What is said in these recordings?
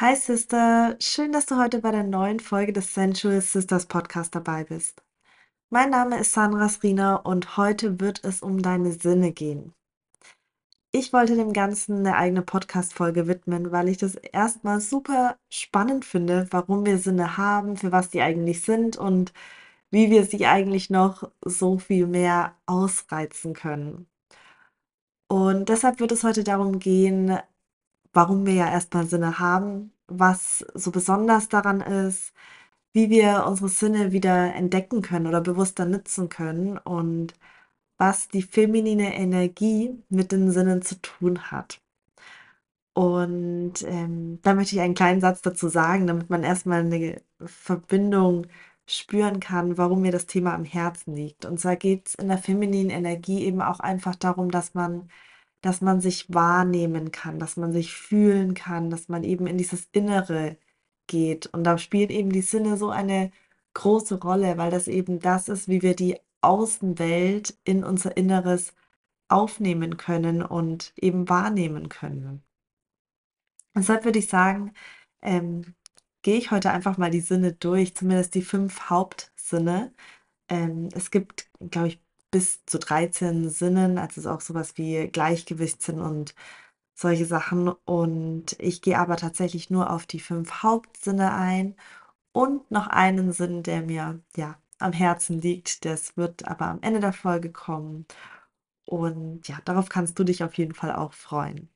Hi Sister, schön, dass du heute bei der neuen Folge des Sensual Sisters Podcast dabei bist. Mein Name ist Sandra Srina und heute wird es um deine Sinne gehen. Ich wollte dem Ganzen eine eigene Podcast-Folge widmen, weil ich das erstmal super spannend finde, warum wir Sinne haben, für was die eigentlich sind und wie wir sie eigentlich noch so viel mehr ausreizen können. Und deshalb wird es heute darum gehen, warum wir ja erstmal Sinne haben, was so besonders daran ist, wie wir unsere Sinne wieder entdecken können oder bewusster nutzen können und was die feminine Energie mit den Sinnen zu tun hat. Und da möchte ich einen kleinen Satz dazu sagen, damit man erstmal eine Verbindung spüren kann, warum mir das Thema am Herzen liegt. Und zwar geht es in der femininen Energie eben auch einfach darum, dass man sich wahrnehmen kann, dass man sich fühlen kann, dass man eben in dieses Innere geht. Und da spielt eben die Sinne so eine große Rolle, weil das eben das ist, wie wir die Außenwelt in unser Inneres aufnehmen können und eben wahrnehmen können. Deshalb würde ich sagen, ähm, gehe ich heute einfach mal die Sinne durch, zumindest die 5 Hauptsinne. Es gibt, glaube ich, bis zu 13 Sinnen, also ist auch sowas wie Gleichgewichtssinn und solche Sachen. Und ich gehe aber tatsächlich nur auf die 5 Hauptsinne ein und noch einen Sinn, der mir ja am Herzen liegt. Das wird aber am Ende der Folge kommen. Und ja, darauf kannst du dich auf jeden Fall auch freuen.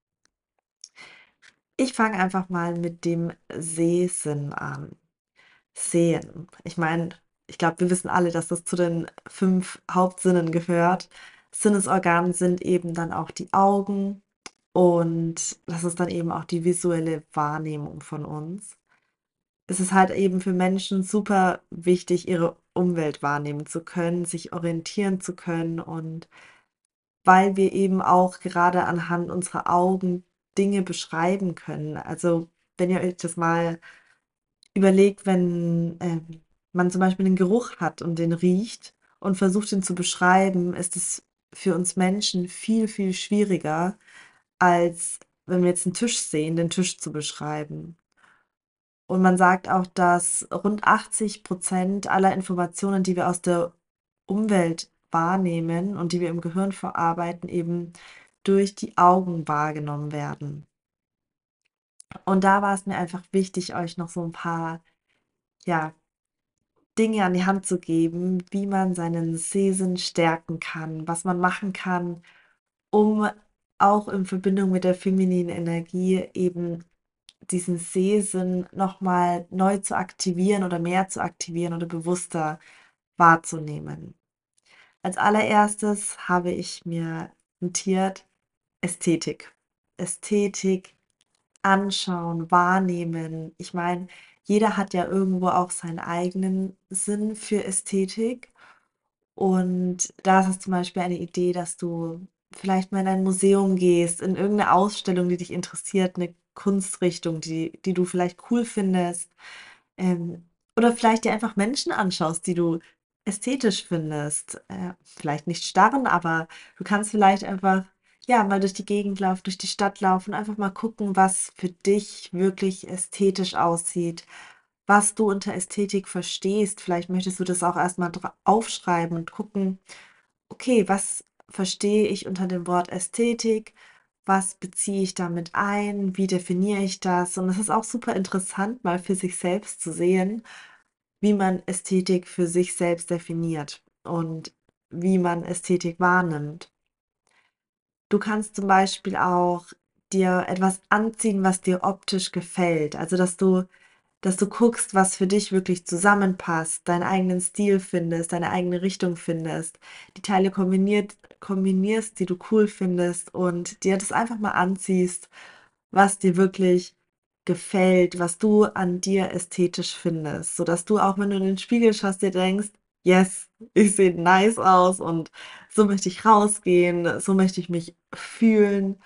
Ich fange einfach mal mit dem Sehsinn an. Sehen. Ich meine, ich glaube, wir wissen alle, dass das zu den 5 Hauptsinnen gehört. Sinnesorgane sind eben dann auch die Augen und das ist dann eben auch die visuelle Wahrnehmung von uns. Es ist halt eben für Menschen super wichtig, ihre Umwelt wahrnehmen zu können, sich orientieren zu können und weil wir eben auch gerade anhand unserer Augen Dinge beschreiben können. Also, wenn ihr euch das mal überlegt, wenn, man zum Beispiel 'nen Geruch hat und den riecht und versucht, den zu beschreiben, ist es für uns Menschen viel, viel schwieriger, als wenn wir jetzt 'n Tisch sehen, den Tisch zu beschreiben. Und man sagt auch, dass rund 80% aller Informationen, die wir aus der Umwelt wahrnehmen und die wir im Gehirn verarbeiten, eben durch die Augen wahrgenommen werden. Und da war es mir einfach wichtig, euch noch so 'n paar, ja, Dinge an die Hand zu geben, wie man seinen Sehsinn stärken kann, was man machen kann, um auch in Verbindung mit der femininen Energie eben diesen Sehsinn noch mal neu zu aktivieren oder mehr zu aktivieren oder bewusster wahrzunehmen. Als Allererstes habe ich mir notiert Ästhetik. Ästhetik anschauen, wahrnehmen. Ich meine, jeder hat ja irgendwo auch seinen eigenen Sinn für Ästhetik. Und da ist es zum Beispiel eine Idee, dass du vielleicht mal in ein Museum gehst, in irgendeine Ausstellung, die dich interessiert, eine Kunstrichtung, die du vielleicht cool findest. Ähm, oder vielleicht dir einfach Menschen anschaust, die du ästhetisch findest. Vielleicht nicht starren, aber du kannst vielleicht einfach, ja, mal durch die Gegend laufen, durch die Stadt laufen, einfach mal gucken, was für dich wirklich ästhetisch aussieht, was du unter Ästhetik verstehst. Vielleicht möchtest du das auch erst mal aufschreiben und gucken: „Okay, was verstehe ich unter dem Wort Ästhetik? Was beziehe ich damit ein? Wie definiere ich das?“ Und es ist auch super interessant, mal für sich selbst zu sehen, wie man Ästhetik für sich selbst definiert und wie man Ästhetik wahrnimmt. Du kannst zum Beispiel auch dir etwas anziehen, was dir optisch gefällt. Also, dass du guckst, was für dich wirklich zusammenpasst, deinen eigenen Stil findest, deine eigene Richtung findest, die Teile kombinierst, die du cool findest und dir das einfach mal anziehst, was dir wirklich gefällt, was du an dir ästhetisch findest, sodass du auch, wenn du in den Spiegel schaust, dir denkst: „Yes, ich sehe nice aus und so möchte ich rausgehen, so möchte ich mich fühlen.“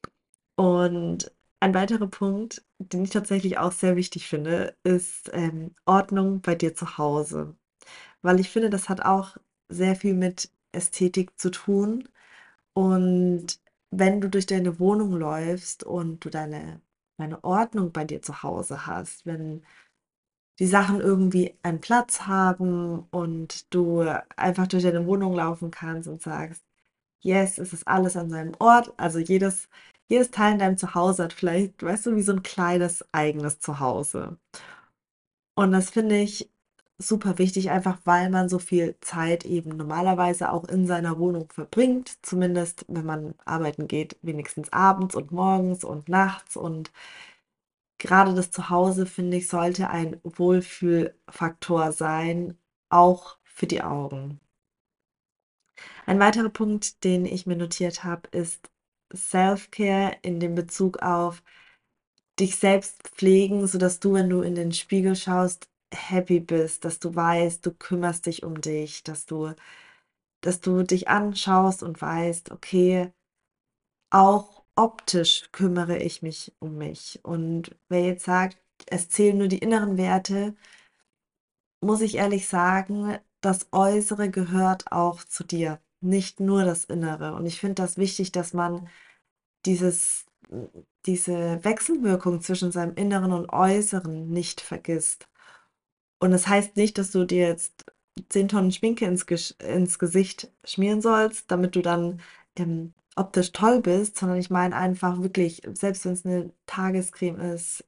Und ein weiterer Punkt, den ich tatsächlich auch sehr wichtig finde, ist, Ordnung bei dir zu Hause. Weil ich finde, das hat auch sehr viel mit Ästhetik zu tun. Und wenn du durch deine Wohnung läufst und du deine eine Ordnung bei dir zu Hause hast, wenn die Sachen irgendwie einen Platz haben und du einfach durch deine Wohnung laufen kannst und sagst, yes, es ist alles an seinem Ort. Also jedes Teil in deinem Zuhause hat vielleicht, weißt du, wie so ein kleines eigenes Zuhause. Und das finde ich super wichtig, einfach weil man so viel Zeit eben normalerweise auch in seiner Wohnung verbringt, zumindest wenn man arbeiten geht, wenigstens abends und morgens und nachts. Und gerade das Zuhause, finde ich, sollte ein Wohlfühlfaktor sein, auch für die Augen. Ein weiterer Punkt, den ich mir notiert habe, ist Self-Care in dem Bezug auf dich selbst pflegen, sodass du, wenn du in den Spiegel schaust, happy bist, dass du weißt, du kümmerst dich um dich, dass du dich anschaust und weißt, okay, auch optisch kümmere ich mich um mich. Und wer jetzt sagt, es zählen nur die inneren Werte, muss ich ehrlich sagen, das Äußere gehört auch zu dir, nicht nur das Innere. Und ich finde das wichtig, dass man dieses, diese Wechselwirkung zwischen seinem Inneren und Äußeren nicht vergisst. Und das heißt nicht, dass du dir jetzt 10 Tonnen Schminke ins Gesicht schmieren sollst, damit du dann optisch toll bist, sondern ich meine einfach wirklich, selbst wenn es eine Tagescreme ist,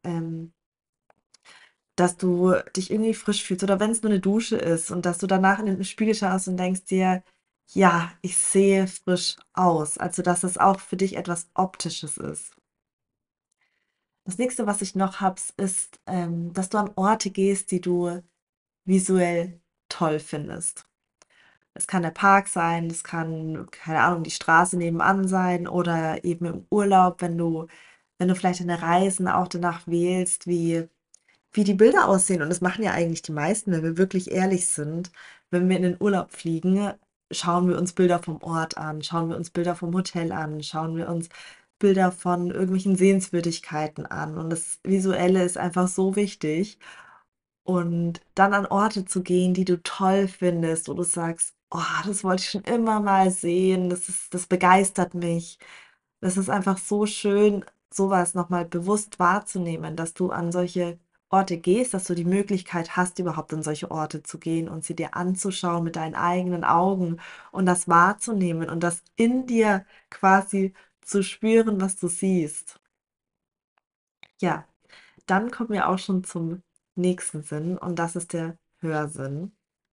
dass du dich irgendwie frisch fühlst oder wenn es nur eine Dusche ist und dass du danach in den Spiegel schaust und denkst dir, ja, ich sehe frisch aus. Also, dass es auch für dich etwas Optisches ist. Das nächste, was ich noch habe, ist, dass du an Orte gehst, die du visuell toll findest. Es kann der Park sein, es kann, keine Ahnung, die Straße nebenan sein oder eben im Urlaub, wenn du vielleicht deine Reisen auch danach wählst, wie die Bilder aussehen. Und das machen ja eigentlich die meisten, wenn wir wirklich ehrlich sind. Wenn wir in den Urlaub fliegen, schauen wir uns Bilder vom Ort an, schauen wir uns Bilder vom Hotel an, schauen wir uns Bilder von irgendwelchen Sehenswürdigkeiten an. Und das Visuelle ist einfach so wichtig. Und dann an Orte zu gehen, die du toll findest, wo du sagst, oh, das wollte ich schon immer mal sehen, das begeistert mich. Das ist einfach so schön, sowas nochmal bewusst wahrzunehmen, dass du an solche Orte gehst, dass du die Möglichkeit hast, überhaupt an solche Orte zu gehen und sie dir anzuschauen mit deinen eigenen Augen und das wahrzunehmen und das in dir quasi zu spüren, was du siehst. Ja, dann kommen wir auch schon zum nächsten Sinn und das ist der Hörsinn.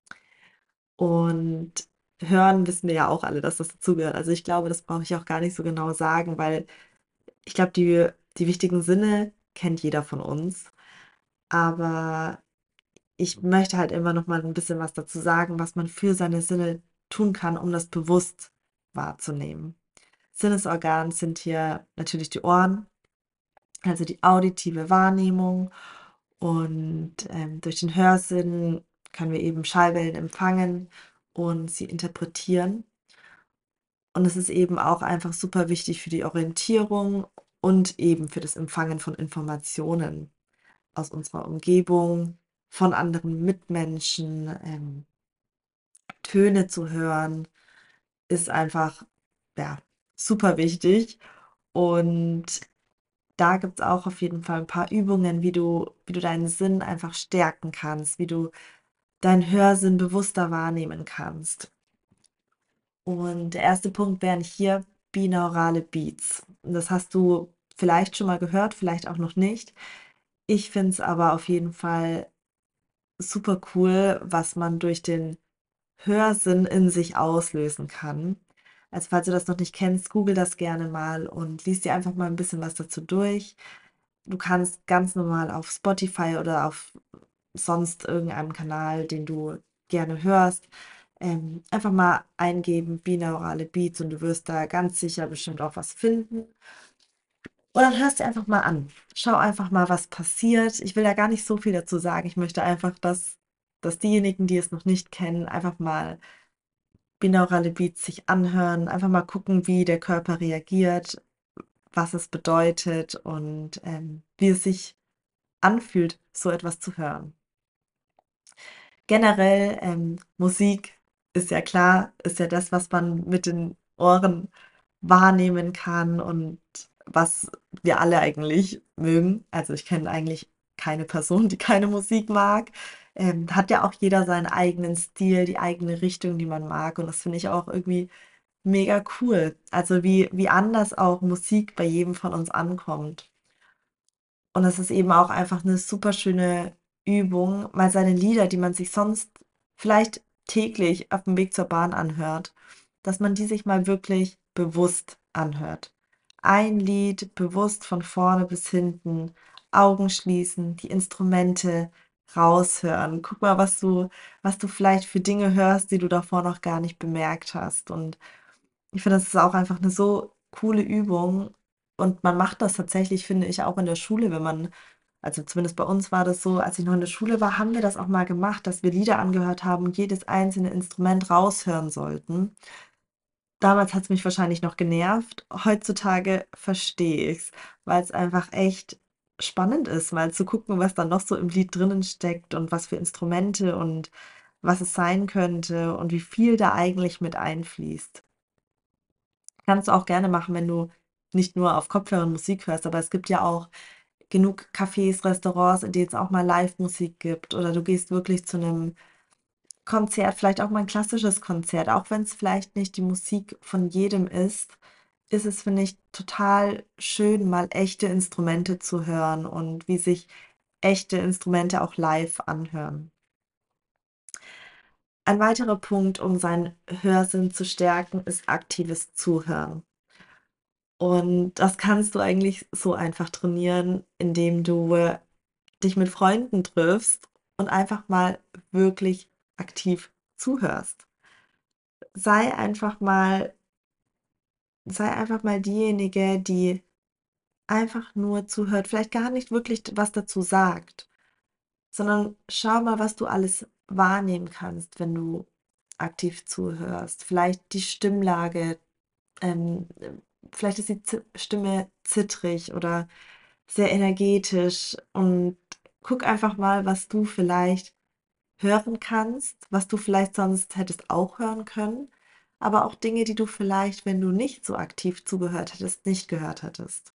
Und hören wissen wir ja auch alle, dass das dazugehört. Also ich glaube, das brauche ich auch gar nicht so genau sagen, weil ich glaube, die wichtigen Sinne kennt jeder von uns. Aber ich möchte halt immer noch mal ein bisschen was dazu sagen, was man für seine Sinne tun kann, um das bewusst wahrzunehmen. Sinnesorgan sind hier natürlich die Ohren, also die auditive Wahrnehmung. Und durch den Hörsinn können wir eben Schallwellen empfangen und sie interpretieren. Und es ist eben auch einfach super wichtig für die Orientierung und eben für das Empfangen von Informationen aus unserer Umgebung, von anderen Mitmenschen. Töne zu hören ist einfach, ja, super wichtig. Und da gibt es auch auf jeden Fall ein paar Übungen, wie du deinen Sinn einfach stärken kannst, wie du deinen Hörsinn bewusster wahrnehmen kannst. Und der erste Punkt wären hier binaurale Beats. Und das hast du vielleicht schon mal gehört, vielleicht auch noch nicht. Ich finde es aber auf jeden Fall super cool, was man durch den Hörsinn in sich auslösen kann. Also falls du das noch nicht kennst, google das gerne mal und lies dir einfach mal ein bisschen was dazu durch. Du kannst ganz normal auf Spotify oder auf sonst irgendeinem Kanal, den du gerne hörst, einfach mal eingeben, binaurale Beats und du wirst da ganz sicher bestimmt auch was finden. Und dann hörst du einfach mal an. Schau einfach mal, was passiert. Ich will da gar nicht so viel dazu sagen. Ich möchte einfach, dass diejenigen, die es noch nicht kennen, einfach mal binaurale Beats sich anhören, einfach mal gucken, wie der Körper reagiert, was es bedeutet und wie es sich anfühlt, so etwas zu hören. Generell, Musik ist ja klar, ist ja das, was man mit den Ohren wahrnehmen kann und was wir alle eigentlich mögen. Also ich kenne eigentlich keine Person, die keine Musik mag. Hat ja auch jeder seinen eigenen Stil, die eigene Richtung, die man mag. Und das finde ich auch irgendwie mega cool. Also wie anders auch Musik bei jedem von uns ankommt. Und es ist eben auch einfach eine super schöne Übung, mal seine Lieder, die man sich sonst vielleicht täglich auf dem Weg zur Bahn anhört, dass man die sich mal wirklich bewusst anhört. Ein Lied bewusst von vorne bis hinten, Augen schließen, die Instrumente raushören. Guck mal, was du vielleicht für Dinge hörst, die du davor noch gar nicht bemerkt hast. Und ich finde, das ist auch einfach eine so coole Übung und man macht das tatsächlich, finde ich, auch in der Schule, wenn man also zumindest bei uns war das so, als ich noch in der Schule war, haben wir das auch mal gemacht, dass wir Lieder angehört haben und jedes einzelne Instrument raushören sollten. Damals hat es mich wahrscheinlich noch genervt. Heutzutage verstehe ich's, weil es einfach echt spannend ist, mal zu gucken, was da noch so im Lied drinnen steckt und was für Instrumente und was es sein könnte und wie viel da eigentlich mit einfließt. Kannst du auch gerne machen, wenn du nicht nur auf Kopfhörern Musik hörst, aber es gibt ja auch genug Cafés, Restaurants, in denen es auch mal Live-Musik gibt oder du gehst wirklich zu einem Konzert, vielleicht auch mal ein klassisches Konzert, auch wenn es vielleicht nicht die Musik von jedem ist es, finde ich, total schön, mal echte Instrumente zu hören und wie sich echte Instrumente auch live anhören. Ein weiterer Punkt, um seinen Hörsinn zu stärken, ist aktives Zuhören. Und das kannst du eigentlich so einfach trainieren, indem du dich mit Freunden triffst und einfach mal wirklich aktiv zuhörst. Sei einfach mal, sei einfach mal diejenige, die einfach nur zuhört, vielleicht gar nicht wirklich was dazu sagt, sondern schau mal, was du alles wahrnehmen kannst, wenn du aktiv zuhörst. Vielleicht die Stimmlage, ähm, vielleicht ist die Stimme zittrig oder sehr energetisch und guck einfach mal, was du vielleicht hören kannst, was du vielleicht sonst hättest auch hören können, aber auch Dinge, die du vielleicht, wenn du nicht so aktiv zugehört hättest, nicht gehört hättest.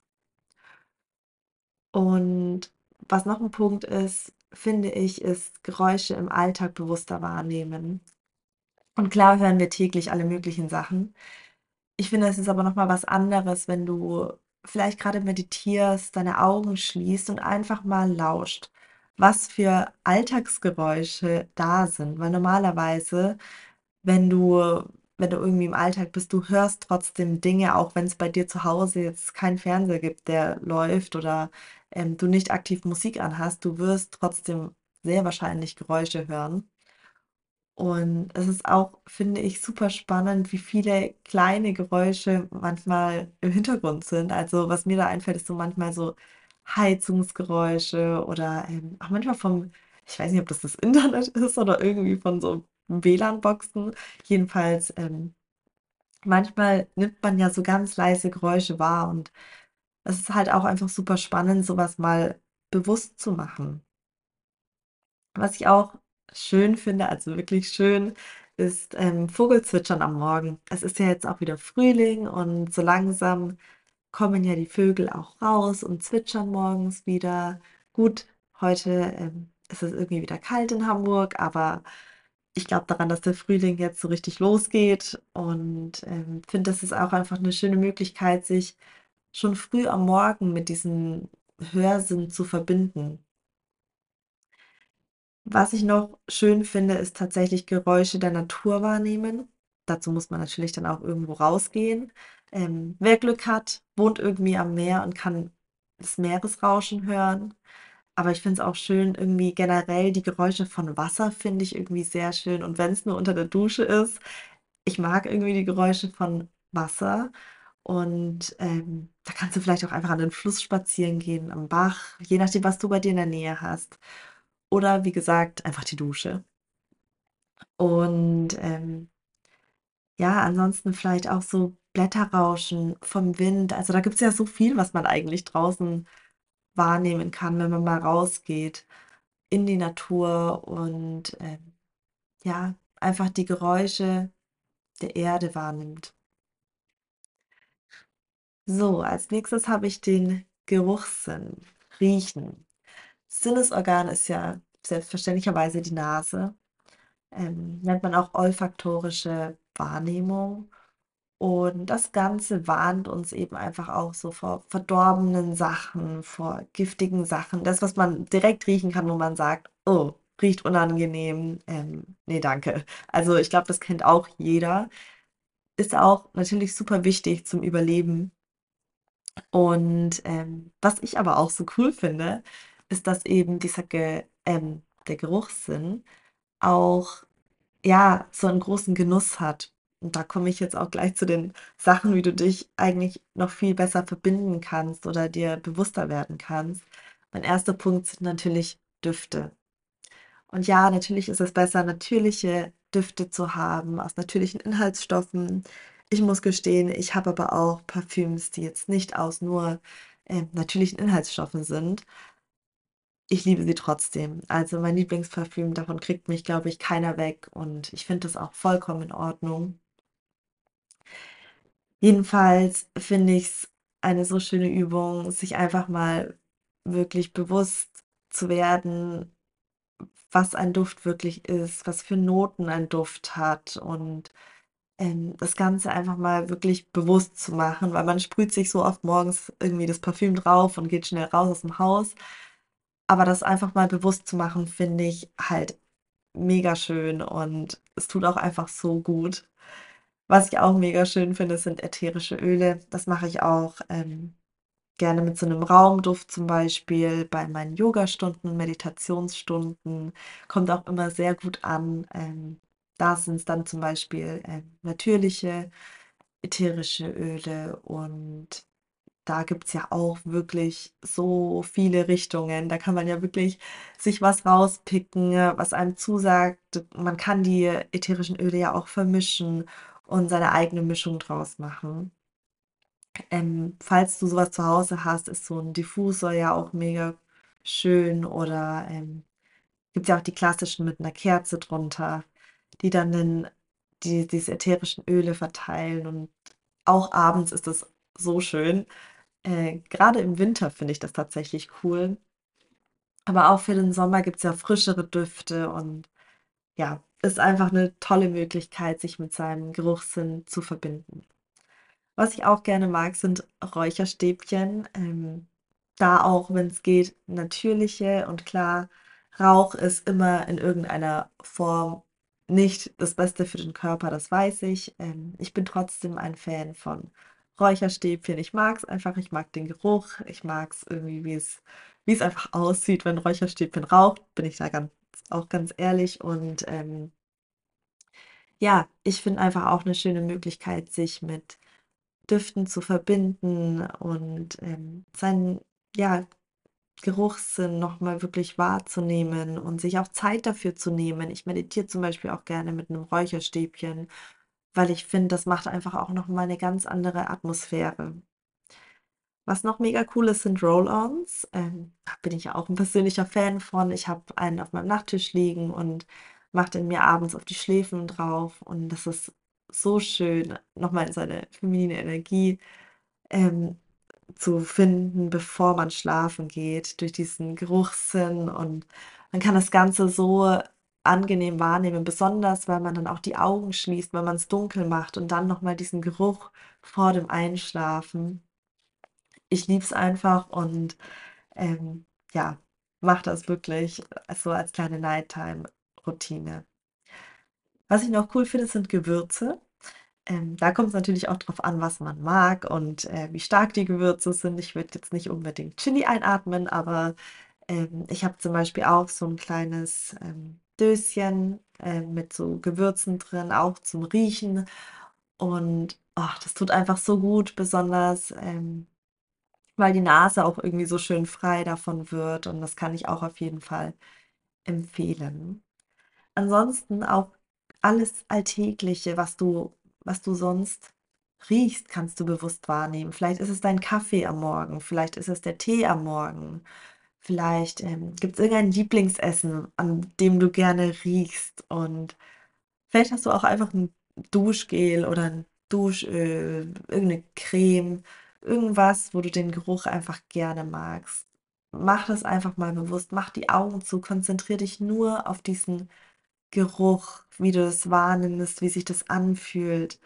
Und was noch ein Punkt ist, finde ich, ist Geräusche im Alltag bewusster wahrnehmen. Und klar hören wir täglich alle möglichen Sachen. Ich finde, es ist aber noch mal was anderes, wenn du vielleicht gerade meditierst, deine Augen schließt und einfach mal lauscht, was für Alltagsgeräusche da sind. Weil normalerweise, wenn du wenn du irgendwie im Alltag bist, du hörst trotzdem Dinge, auch wenn es bei dir zu Hause jetzt keinen Fernseher gibt, der läuft oder, du nicht aktiv Musik anhast, du wirst trotzdem sehr wahrscheinlich Geräusche hören. Und es ist auch, finde ich, super spannend, wie viele kleine Geräusche manchmal im Hintergrund sind. Also was mir da einfällt, ist so manchmal so Heizungsgeräusche oder auch manchmal ich weiß nicht, ob das Internet ist oder irgendwie von so WLAN-Boxen. Jedenfalls, manchmal nimmt man ja so ganz leise Geräusche wahr und es ist halt auch einfach super spannend, sowas mal bewusst zu machen. Was ich auch schön finde, also wirklich schön, ist, Vogelzwitschern am Morgen. Es ist ja jetzt auch wieder Frühling und so langsam kommen ja die Vögel auch raus und zwitschern morgens wieder. Gut, heute, ist es irgendwie wieder kalt in Hamburg, aber ich glaube daran, dass der Frühling jetzt so richtig losgeht und, finde, das ist auch einfach eine schöne Möglichkeit, sich schon früh am Morgen mit diesem Hörsinn zu verbinden. Was ich noch schön finde, ist tatsächlich Geräusche der Natur wahrnehmen. Dazu muss man natürlich dann auch irgendwo rausgehen. Wer Glück hat, wohnt irgendwie am Meer und kann das Meeresrauschen hören. Aber ich finde es auch schön, irgendwie generell die Geräusche von Wasser finde ich irgendwie sehr schön. Und wenn es nur unter der Dusche ist, ich mag irgendwie die Geräusche von Wasser. Und da kannst du vielleicht auch einfach an den Fluss spazieren gehen, am Bach, je nachdem, was du bei dir in der Nähe hast. Oder wie gesagt, einfach die Dusche. Und ja, ansonsten vielleicht auch so Blätterrauschen vom Wind. Also da gibt es ja so viel, was man eigentlich draußen wahrnehmen kann, wenn man mal rausgeht in die Natur und ja, einfach die Geräusche der Erde wahrnimmt. So, als nächstes habe ich den Geruchssinn, riechen. Sinnesorgan ist ja selbstverständlicherweise die Nase, nennt man auch olfaktorische Wahrnehmung. Und das Ganze warnt uns eben einfach auch so vor verdorbenen Sachen, vor giftigen Sachen. Das, was man direkt riechen kann, wo man sagt, oh, riecht unangenehm. Nee, danke. Also ich glaube, das kennt auch jeder. Ist auch natürlich super wichtig zum Überleben. Und was ich aber auch so cool finde, ist, dass eben der Geruchssinn auch ja, so einen großen Genuss hat. Und da komme ich jetzt auch gleich zu den Sachen, wie du dich eigentlich noch viel besser verbinden kannst oder dir bewusster werden kannst. Mein erster Punkt sind natürlich Düfte. Und ja, natürlich ist es besser, natürliche Düfte zu haben aus natürlichen Inhaltsstoffen. Ich muss gestehen, ich habe aber auch Parfüms, die jetzt nicht aus nur natürlichen Inhaltsstoffen sind. Ich liebe sie trotzdem. Also mein Lieblingsparfüm, davon kriegt mich, glaube ich, keiner weg und ich finde das auch vollkommen in Ordnung. Jedenfalls finde ich es eine so schöne Übung, sich einfach mal wirklich bewusst zu werden, was ein Duft wirklich ist, was für Noten ein Duft hat und das Ganze einfach mal wirklich bewusst zu machen, weil man sprüht sich so oft morgens irgendwie das Parfüm drauf und geht schnell raus aus dem Haus. Aber das einfach mal bewusst zu machen, finde ich halt mega schön und es tut auch einfach so gut. Was ich auch mega schön finde, sind ätherische Öle. Das mache ich auch gerne mit so einem Raumduft zum Beispiel bei meinen Yogastunden, Meditationsstunden. Kommt auch immer sehr gut an. Da sind es dann zum Beispiel natürliche ätherische Öle und da gibt's ja auch wirklich so viele Richtungen. Da kann man ja wirklich sich was rauspicken, was einem zusagt. Man kann die ätherischen Öle ja auch vermischen und seine eigene Mischung draus machen. Falls du sowas zu Hause hast, ist so ein Diffusor ja auch mega schön oder gibt ja auch die klassischen mit einer Kerze drunter, die dann diese ätherischen Öle verteilen und auch abends ist das so schön. Grade im Winter finde ich das tatsächlich cool. Aber auch für den Sommer gibt es ja frischere Düfte und ja, ist einfach eine tolle Möglichkeit, sich mit seinem Geruchssinn zu verbinden. Was ich auch gerne mag, sind Räucherstäbchen. Da auch, wenn es geht, natürliche und klar, Rauch ist immer in irgendeiner Form nicht das Beste für den Körper, das weiß ich. Ich bin trotzdem ein Fan von Räucherstäbchen. Ich mag es einfach, ich mag den Geruch, ich mag es irgendwie, wie es einfach aussieht, wenn Räucherstäbchen raucht, bin ich da auch ganz ehrlich. Und ja, ich finde einfach auch eine schöne Möglichkeit, sich mit Düften zu verbinden und, seinen, ja, Geruchssinn noch mal wirklich wahrzunehmen und sich auch Zeit dafür zu nehmen. Ich meditiere zum Beispiel auch gerne mit einem Räucherstäbchen, weil ich finde, das macht einfach auch noch mal 'ne ganz andere Atmosphäre. Was noch mega cool ist, sind Roll-ons. Da bin ich ja auch ein persönlicher Fan von. Ich habe einen auf meinem Nachttisch liegen und mache den mir abends auf die Schläfen drauf und das ist so schön, noch mal in seine feminine Energie ähm, zu finden, bevor man schlafen geht, durch diesen Geruchssinn und man kann das Ganze so angenehm wahrnehmen, besonders weil man dann auch die Augen schließt, wenn man es dunkel macht und dann noch mal diesen Geruch vor dem Einschlafen. Ich liebe es einfach und, ja, mache das wirklich so als kleine Nighttime-Routine. Was ich noch cool finde, sind Gewürze. Da kommt es natürlich auch drauf an, was man mag und, wie stark die Gewürze sind. Ich würde jetzt nicht unbedingt Chili einatmen, aber, ich habe zum Beispiel auch so ein kleines, Döschen, mit so Gewürzen drin, auch zum Riechen. Und, das tut einfach so gut, besonders, weil die Nase auch irgendwie so schön frei davon wird und das kann ich auch auf jeden Fall empfehlen. Ansonsten auch alles Alltägliche, was du sonst riechst, kannst du bewusst wahrnehmen. Vielleicht ist es dein Kaffee am Morgen, vielleicht ist es der Tee am Morgen, vielleicht, gibt es irgendein Lieblingsessen, an dem du gerne riechst und vielleicht hast du auch einfach ein Duschgel oder ein Duschöl, irgend 'ne Creme. irgendwas, wo du den Geruch einfach gerne magst. Mach das einfach mal bewusst, mach die Augen zu, konzentrier dich nur auf diesen Geruch, wie du es wahrnimmst, wie sich das anfühlt,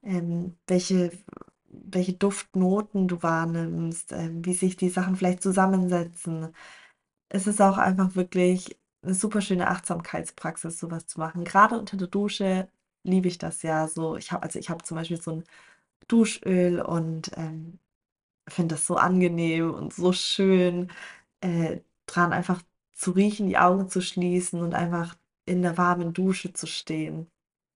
welche Duftnoten du wahrnimmst, wie sich die Sachen vielleicht zusammensetzen. Es ist auch einfach wirklich eine super schöne Achtsamkeitspraxis, sowas zu machen. Gerade unter der Dusche liebe ich das ja so. Ich habe zum Beispiel so ein Duschöl und, finde das so angenehm und so schön, dran einfach zu riechen, die Augen zu schließen und einfach in der warmen Dusche zu stehen.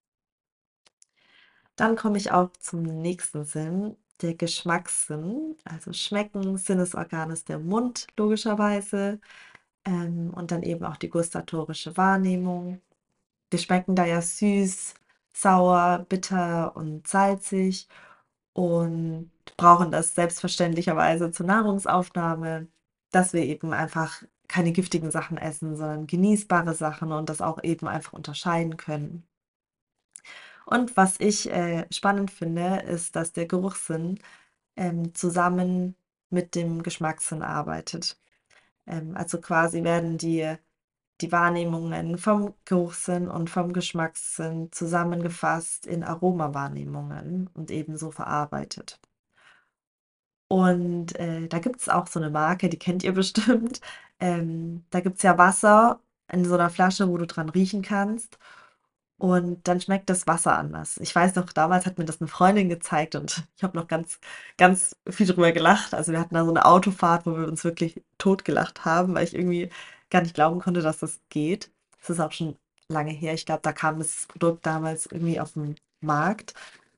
Dann komme ich auch zum nächsten Sinn, der Geschmackssinn. Also Schmecken, Sinnesorgan ist der Mund logischerweise, und dann eben auch die gustatorische Wahrnehmung. Wir schmecken da ja süß, sauer, bitter und salzig und brauchen das selbstverständlicherweise zur Nahrungsaufnahme, dass wir eben einfach keine giftigen Sachen essen, sondern genießbare Sachen und das auch eben einfach unterscheiden können. Und was ich spannend finde, ist, dass der Geruchssinn zusammen mit dem Geschmackssinn arbeitet. Also quasi werden die Wahrnehmungen vom Geruchssinn und vom Geschmackssinn zusammengefasst in Aromawahrnehmungen und ebenso verarbeitet. Und da gibt es auch so eine Marke, die kennt ihr bestimmt. Da gibt es ja Wasser in so einer Flasche, wo du dran riechen kannst. Und dann schmeckt das Wasser anders. Ich weiß noch, damals hat mir das eine Freundin gezeigt und ich habe noch ganz viel drüber gelacht. Also wir hatten da so eine Autofahrt, wo wir uns wirklich totgelacht haben, weil ich irgendwie gar nicht glauben konnte, dass das geht. Das ist auch schon lange her. Ich glaube, da kam das Produkt damals irgendwie auf den Markt.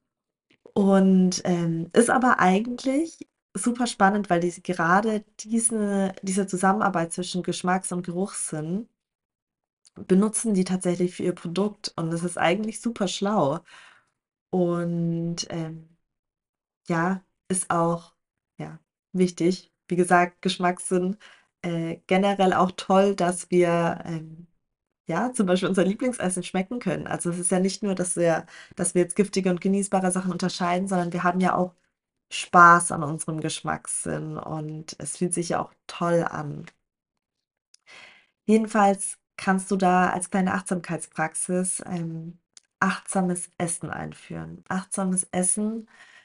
Und ist aber eigentlich super spannend, weil gerade diese Zusammenarbeit zwischen Geschmacks- und Geruchssinn benutzen die tatsächlich für ihr Produkt und das ist eigentlich super schlau. Und ja, ist auch ja, wichtig. Wie gesagt, Geschmackssinn generell auch toll, dass wir ja, zum Beispiel unser Lieblingsessen schmecken können. Also es ist ja nicht nur, dass wir jetzt giftige und genießbare Sachen unterscheiden, sondern wir haben ja auch Spaß an unserem Geschmackssinn und es fühlt sich ja auch toll an. Jedenfalls kannst du da als kleine Achtsamkeitspraxis achtsames Essen einführen. Achtsames Essen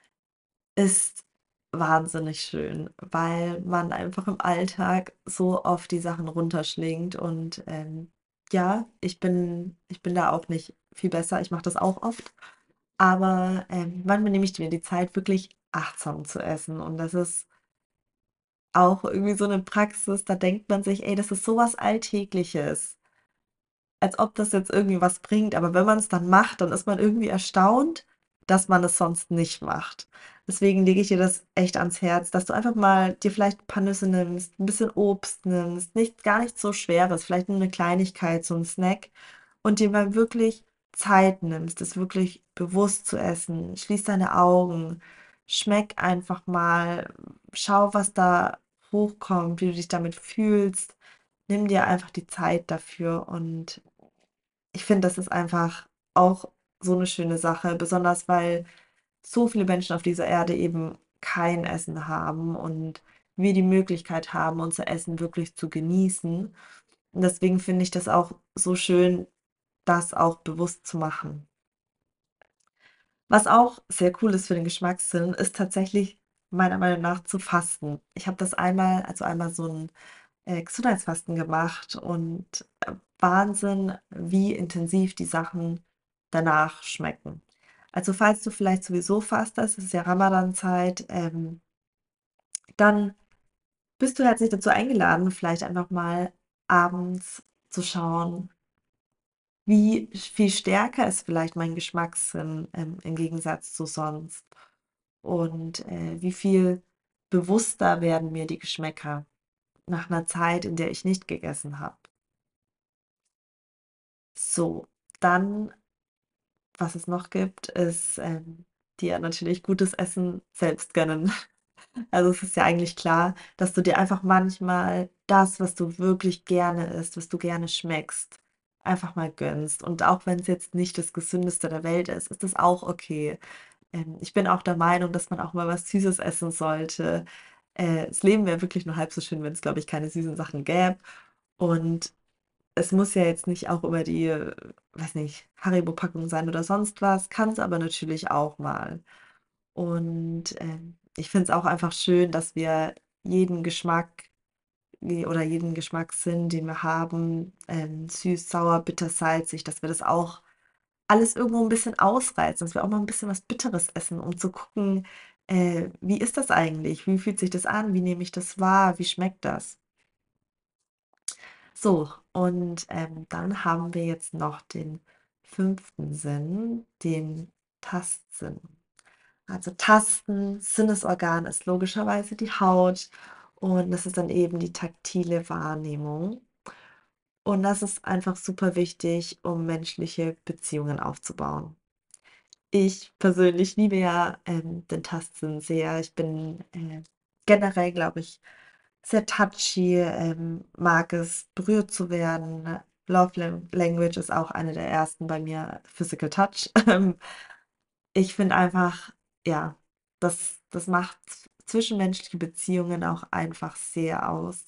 ist wahnsinnig schön, weil man einfach im Alltag so oft die Sachen runterschlingt und ja, ich bin da auch nicht viel besser. Ich mache das auch oft, aber manchmal nehme ich mir die Zeit, wirklich achtsam zu essen und das ist auch irgendwie so eine Praxis, da denkt man sich: „Ey, das ist so was Alltägliches." Als ob das jetzt irgendwie was bringt, aber wenn man es dann macht, dann ist man irgendwie erstaunt, dass man es sonst nicht macht. Deswegen lege ich dir das echt ans Herz, dass du einfach mal dir vielleicht ein paar Nüsse nimmst, ein bisschen Obst nimmst, gar nicht so Schweres, vielleicht nur eine Kleinigkeit, so ein Snack und dir mal wirklich Zeit nimmst, es wirklich bewusst zu essen. Schließ deine Augen, schmeck einfach mal, schau, was da hochkommt, wie du dich damit fühlst. Nimm dir einfach die Zeit dafür und ich finde, das ist einfach auch so eine schöne Sache, besonders weil so viele Menschen auf dieser Erde eben kein Essen haben und wir die Möglichkeit haben, unser Essen wirklich zu genießen. Und deswegen finde ich das auch so schön, das auch bewusst zu machen. Was auch sehr cool ist für den Geschmackssinn, ist tatsächlich meiner Meinung nach zu fasten. Ich habe das einmal so ein Gesundheitsfasten gemacht und Wahnsinn, wie intensiv die Sachen danach schmecken. Also falls du vielleicht sowieso fastest, es ist ja Ramadan-Zeit, dann bist du herzlich dazu eingeladen, vielleicht einfach mal abends zu schauen, wie viel stärker ist vielleicht mein Geschmackssinn im Gegensatz zu sonst und wie viel bewusster werden mir die Geschmäcker nach einer Zeit, in der ich nicht gegessen habe. So, dann, was es noch gibt, ist, dir natürlich gutes Essen selbst gönnen. Also es ist ja eigentlich klar, dass du dir einfach manchmal das, was du wirklich gerne isst, was du gerne schmeckst, einfach mal gönnst. Und auch wenn es jetzt nicht das Gesündeste der Welt ist, ist das auch okay. ich bin auch der Meinung, dass man auch mal was Süßes essen sollte. Das Leben wäre wirklich nur halb so schön, wenn es, glaube ich, keine süßen Sachen gäbe. Und es muss ja jetzt nicht auch immer die, weiß nicht, Haribo-Packung sein oder sonst was, kann es aber natürlich auch mal. Und ich finde es auch einfach schön, dass wir jeden Geschmack oder jeden Geschmackssinn, den wir haben, süß, sauer, bitter, salzig, dass wir das auch alles irgendwo ein bisschen ausreizen, dass wir auch mal ein bisschen was Bitteres essen, um zu gucken, wie ist das eigentlich? Wie fühlt sich das an? Wie nehme ich das wahr? Wie schmeckt das? So, und dann haben wir jetzt noch den fünften Sinn, den Tastsinn. Also Tasten, Sinnesorgan ist logischerweise die Haut und das ist dann eben die taktile Wahrnehmung. Und das ist einfach super wichtig, um menschliche Beziehungen aufzubauen. Ich persönlich liebe ja den Tastsinn sehr. Ich bin generell, glaube ich, sehr touchy, mag es, berührt zu werden. Language ist auch eine der ersten bei mir, Physical Touch. Ich finde einfach, ja, das macht zwischenmenschliche Beziehungen auch einfach sehr aus.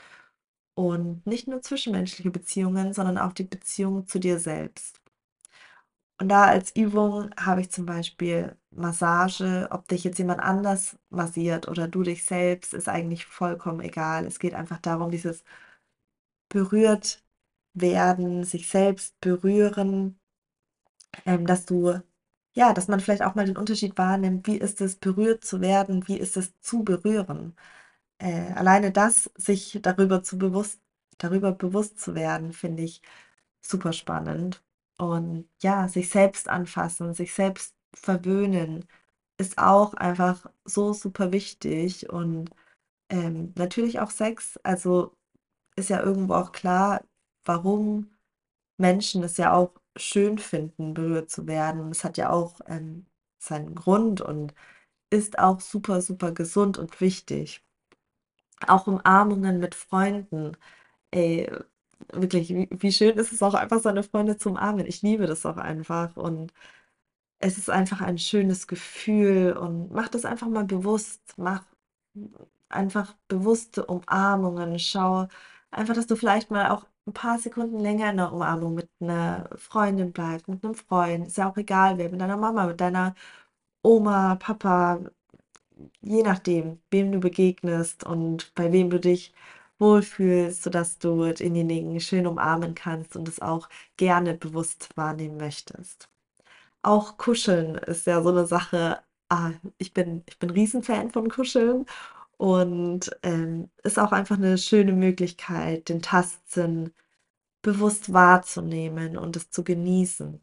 Und nicht nur zwischenmenschliche Beziehungen, sondern auch die Beziehung zu dir selbst. Und da als Übung habe ich zum Beispiel Massage, ob dich jetzt jemand anders massiert oder du dich selbst, ist eigentlich vollkommen egal. Es geht einfach darum, dieses berührt werden, sich selbst berühren, dass du, ja, dass man vielleicht auch mal den Unterschied wahrnimmt, wie ist es, berührt zu werden, wie ist es zu berühren. Alleine das, sich darüber bewusst zu werden, finde ich super spannend. Und ja, sich selbst anfassen, sich selbst verwöhnen, ist auch einfach so super wichtig. Und natürlich auch Sex, also ist ja irgendwo auch klar, warum Menschen es ja auch schön finden, berührt zu werden. Es hat ja auch seinen Grund und ist auch super, super gesund und wichtig. Auch Umarmungen mit Freunden. Ey, wirklich, wie schön ist es auch einfach, seine Freunde zu umarmen. Ich liebe das auch einfach und es ist einfach ein schönes Gefühl und mach das einfach mal bewusst. Mach einfach bewusste Umarmungen. Schau einfach, dass du vielleicht mal auch ein paar Sekunden länger in der Umarmung mit einer Freundin bleibst, mit einem Freund. Ist ja auch egal, wer, mit deiner Mama, mit deiner Oma, Papa, je nachdem, wem du begegnest und bei wem du dich wohlfühlst, sodass du denjenigen schön umarmen kannst und es auch gerne bewusst wahrnehmen möchtest. Auch Kuscheln ist ja so eine Sache. Ich bin Riesenfan von Kuscheln und ist auch einfach eine schöne Möglichkeit, den Tastsinn bewusst wahrzunehmen und es zu genießen.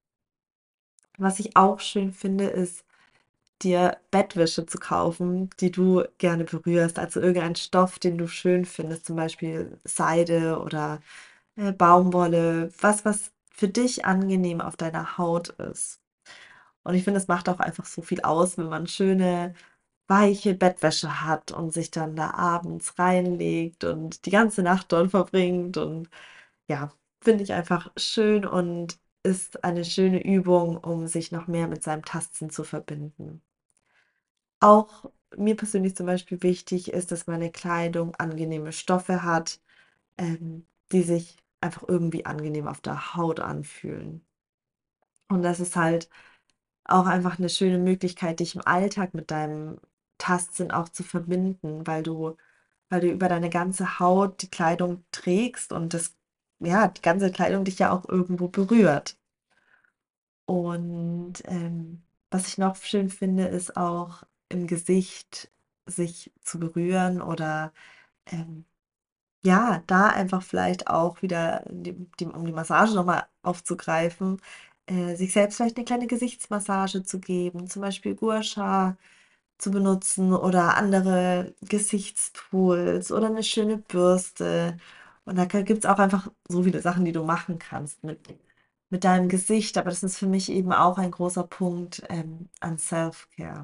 Was ich auch schön finde, ist dir Bettwäsche zu kaufen, die du gerne berührst, also irgendein Stoff, den du schön findest, zum Beispiel Seide oder Baumwolle, was für dich angenehm auf deiner Haut ist. Und ich finde, es macht auch einfach so viel aus, wenn man schöne, weiche Bettwäsche hat und sich dann da abends reinlegt und die ganze Nacht dort verbringt. Und ja, finde ich einfach schön und ist eine schöne Übung, um sich noch mehr mit seinem Tasten zu verbinden. Auch mir persönlich zum Beispiel wichtig ist, dass meine Kleidung angenehme Stoffe hat, die sich einfach irgendwie angenehm auf der Haut anfühlen. Und das ist halt auch einfach eine schöne Möglichkeit, dich im Alltag mit deinem Tastsinn auch zu verbinden, weil du über deine ganze Haut die Kleidung trägst und das, ja, die ganze Kleidung dich ja auch irgendwo berührt. Und was ich noch schön finde, ist auch im Gesicht sich zu berühren oder ähm, ja, da einfach vielleicht auch wieder, um die Massage nochmal aufzugreifen, sich selbst vielleicht eine kleine Gesichtsmassage zu geben, zum Beispiel Gua Sha zu benutzen oder andere Gesichtstools oder eine schöne Bürste. Und da gibt es auch einfach so viele Sachen, die du machen kannst mit deinem Gesicht. Aber das ist für mich eben auch ein großer Punkt an Self-Care.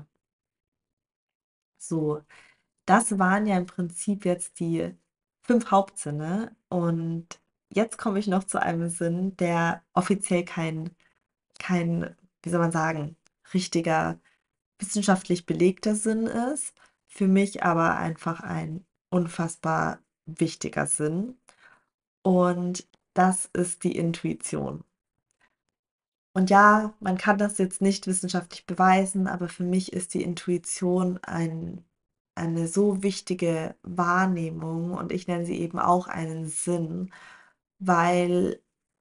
So, das waren ja im Prinzip jetzt die 5 Hauptsinne. Und jetzt komme ich noch zu einem Sinn, der offiziell kein, wie soll man sagen, richtiger wissenschaftlich belegter Sinn ist, für mich aber einfach ein unfassbar wichtiger Sinn. Und das ist die Intuition. Und ja, man kann das jetzt nicht wissenschaftlich beweisen, aber für mich ist die Intuition eine so wichtige Wahrnehmung und ich nenne sie eben auch einen Sinn, weil,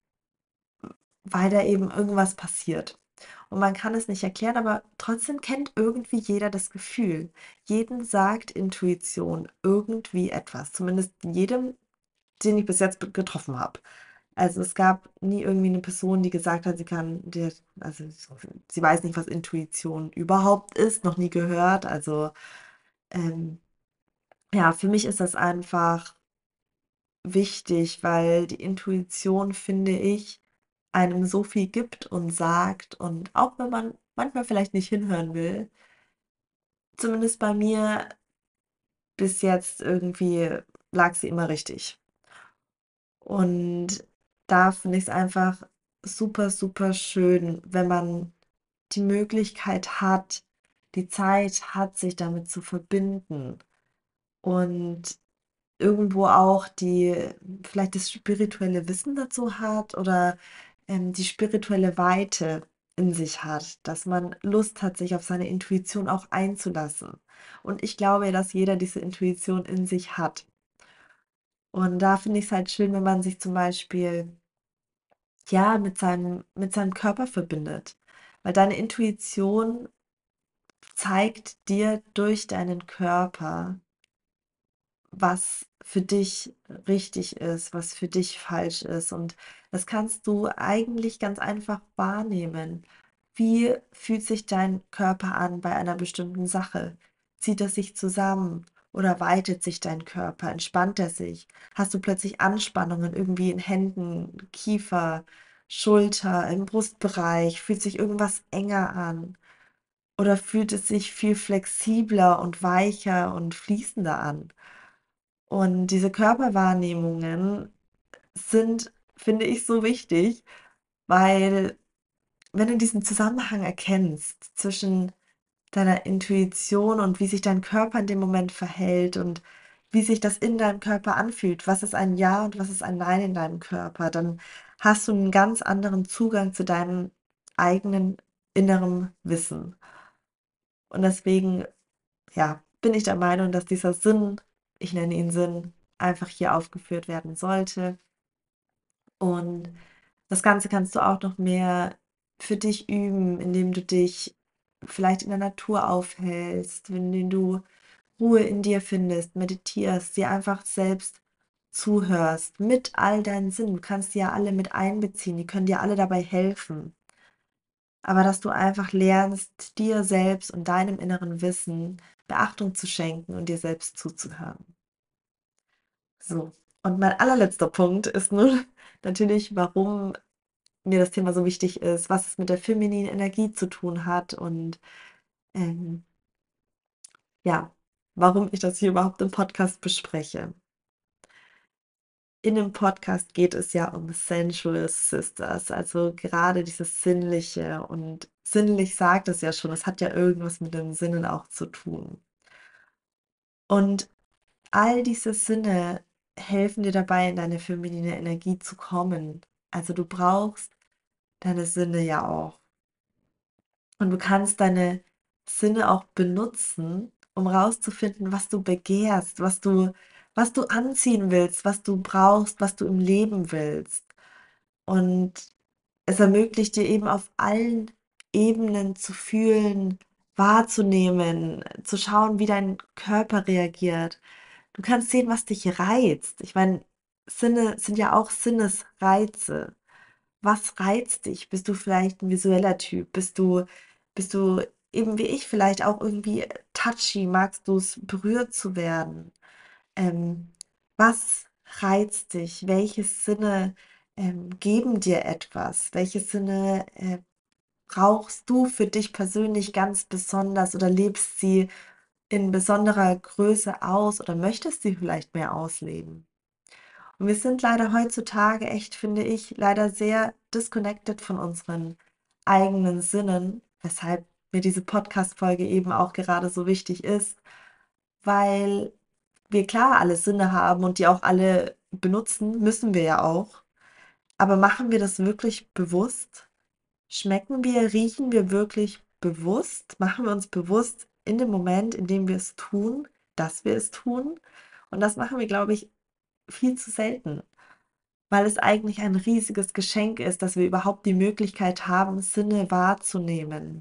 weil da eben irgendwas passiert. Und man kann es nicht erklären, aber trotzdem kennt irgendwie jeder das Gefühl. Jeden sagt Intuition irgendwie etwas, zumindest jedem, den ich bis jetzt getroffen habe. Also es gab nie irgendwie eine Person, die gesagt hat, also sie weiß nicht, was Intuition überhaupt ist, noch nie gehört. Also ähm, ja, für mich ist das einfach wichtig, weil die Intuition, finde ich, einem so viel gibt und sagt und auch wenn man manchmal vielleicht nicht hinhören will, zumindest bei mir bis jetzt irgendwie lag sie immer richtig. Und da finde ich es einfach super, super schön, wenn man die Möglichkeit hat, die Zeit hat, sich damit zu verbinden und irgendwo auch vielleicht das spirituelle Wissen dazu hat oder die spirituelle Weite in sich hat, dass man Lust hat, sich auf seine Intuition auch einzulassen. Und ich glaube, dass jeder diese Intuition in sich hat. Und da finde ich es halt schön, wenn man sich zum Beispiel ja mit seinem Körper verbindet. Weil deine Intuition zeigt dir durch deinen Körper, was für dich richtig ist, was für dich falsch ist. Und das kannst du eigentlich ganz einfach wahrnehmen. Wie fühlt sich dein Körper an bei einer bestimmten Sache? Zieht er sich zusammen oder weitet sich dein Körper? Entspannt er sich? Hast du plötzlich Anspannungen irgendwie in Händen, Kiefer, Schulter, im Brustbereich? Fühlt sich irgendwas enger an? Oder fühlt es sich viel flexibler und weicher und fließender an? Und diese Körperwahrnehmungen sind, finde ich, so wichtig, weil wenn du diesen Zusammenhang erkennst zwischen deiner Intuition und wie sich dein Körper in dem Moment verhält und wie sich das in deinem Körper anfühlt, was ist ein Ja und was ist ein Nein in deinem Körper, dann hast du einen ganz anderen Zugang zu deinem eigenen inneren Wissen. Und deswegen, ja, bin ich der Meinung, dass dieser Sinn, ich nenne ihn Sinn, einfach hier aufgeführt werden sollte. Und das Ganze kannst du auch noch mehr für dich üben, indem du dich vielleicht in der Natur aufhältst, indem du Ruhe in dir findest, meditierst, dir einfach selbst zuhörst mit all deinen Sinnen. Du kannst die ja alle mit einbeziehen, die können dir alle dabei helfen. Aber dass du einfach lernst, dir selbst und deinem inneren Wissen Beachtung zu schenken und dir selbst zuzuhören. So. Und mein allerletzter Punkt ist nun natürlich, warum mir das Thema so wichtig ist, was es mit der femininen Energie zu tun hat und ähm, ja, warum ich das hier überhaupt im Podcast bespreche. In dem Podcast geht es ja um Sensual Sisters, also gerade dieses Sinnliche. Und sinnlich sagt es ja schon, es hat ja irgendwas mit den Sinnen auch zu tun. Und all diese Sinne helfen dir dabei, in deine feminine Energie zu kommen. Also du brauchst deine Sinne ja auch. Und du kannst deine Sinne auch benutzen, um rauszufinden, was du begehrst, was du anziehen willst, was du brauchst, was du im Leben willst. Und es ermöglicht dir eben auf allen Ebenen zu fühlen, wahrzunehmen, zu schauen, wie dein Körper reagiert. Du kannst sehen, was dich reizt. Ich meine, Sinne sind ja auch Sinnesreize. Was reizt dich? Bist du vielleicht ein visueller Typ? Bist du eben wie ich vielleicht auch irgendwie touchy? Magst du es, berührt zu werden? Ähm, was reizt dich? Welche Sinne geben dir etwas? Welche Sinne brauchst du für dich persönlich ganz besonders oder lebst sie in besonderer Größe aus oder möchtest sie vielleicht mehr ausleben? Und wir sind leider heutzutage echt, finde ich, leider sehr disconnected von unseren eigenen Sinnen, weshalb mir diese Podcast-Folge eben auch gerade so wichtig ist, weil wir klar alle Sinne haben und die auch alle benutzen, müssen wir ja auch. Aber machen wir das wirklich bewusst? Schmecken wir, riechen wir wirklich bewusst? Machen wir uns bewusst in dem Moment, in dem wir es tun, dass wir es tun? Und das machen wir, glaube ich, viel zu selten, weil es eigentlich ein riesiges Geschenk ist, dass wir überhaupt die Möglichkeit haben, Sinne wahrzunehmen.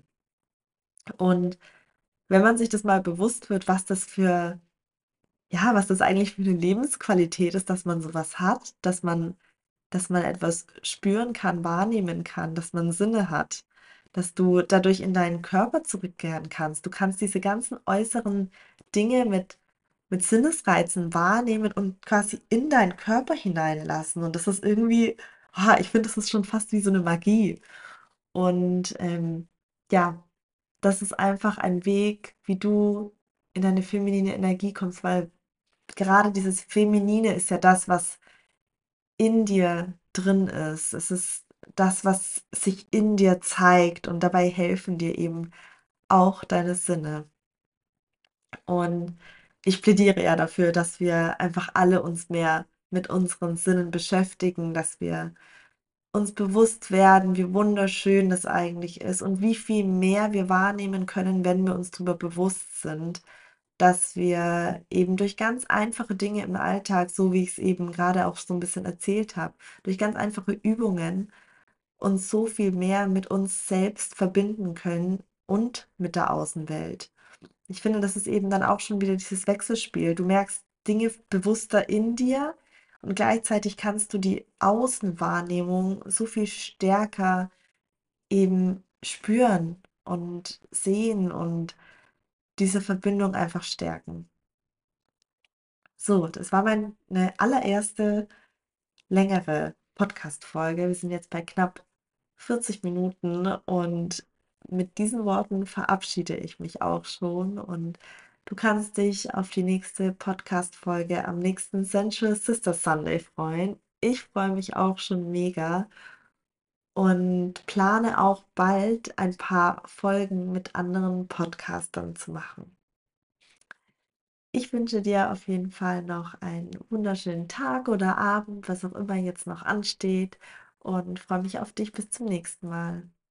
Und wenn man sich das mal bewusst wird, was das für, ja, was das eigentlich für eine Lebensqualität ist, dass man sowas hat, dass man etwas spüren kann, wahrnehmen kann, dass man Sinne hat, dass du dadurch in deinen Körper zurückkehren kannst. Du kannst diese ganzen äußeren Dinge mit Sinnesreizen wahrnehmen und quasi in deinen Körper hineinlassen. Und das ist irgendwie, ich finde, das ist schon fast wie so eine Magie. Und ja, das ist einfach ein Weg, wie du in deine feminine Energie kommst, weil gerade dieses Feminine ist ja das, was in dir drin ist. Es ist das, was sich in dir zeigt und dabei helfen dir eben auch deine Sinne. Und ich plädiere ja dafür, dass wir einfach alle uns mehr mit unseren Sinnen beschäftigen, dass wir uns bewusst werden, wie wunderschön das eigentlich ist und wie viel mehr wir wahrnehmen können, wenn wir uns darüber bewusst sind, dass wir eben durch ganz einfache Dinge im Alltag, so wie ich es eben gerade auch so ein bisschen erzählt habe, durch ganz einfache Übungen uns so viel mehr mit uns selbst verbinden können und mit der Außenwelt. Ich finde, das ist eben dann auch schon wieder dieses Wechselspiel. Du merkst Dinge bewusster in dir und gleichzeitig kannst du die Außenwahrnehmung so viel stärker eben spüren und sehen und diese Verbindung einfach stärken. So, das war meine allererste längere Podcast-Folge. Wir sind jetzt bei knapp 40 Minuten und mit diesen Worten verabschiede ich mich auch schon und du kannst dich auf die nächste Podcast-Folge am nächsten Sensual Sister Sunday freuen. Ich freue mich auch schon mega und plane auch bald ein paar Folgen mit anderen Podcastern zu machen. Ich wünsche dir auf jeden Fall noch einen wunderschönen Tag oder Abend, was auch immer jetzt noch ansteht und freue mich auf dich bis zum nächsten Mal.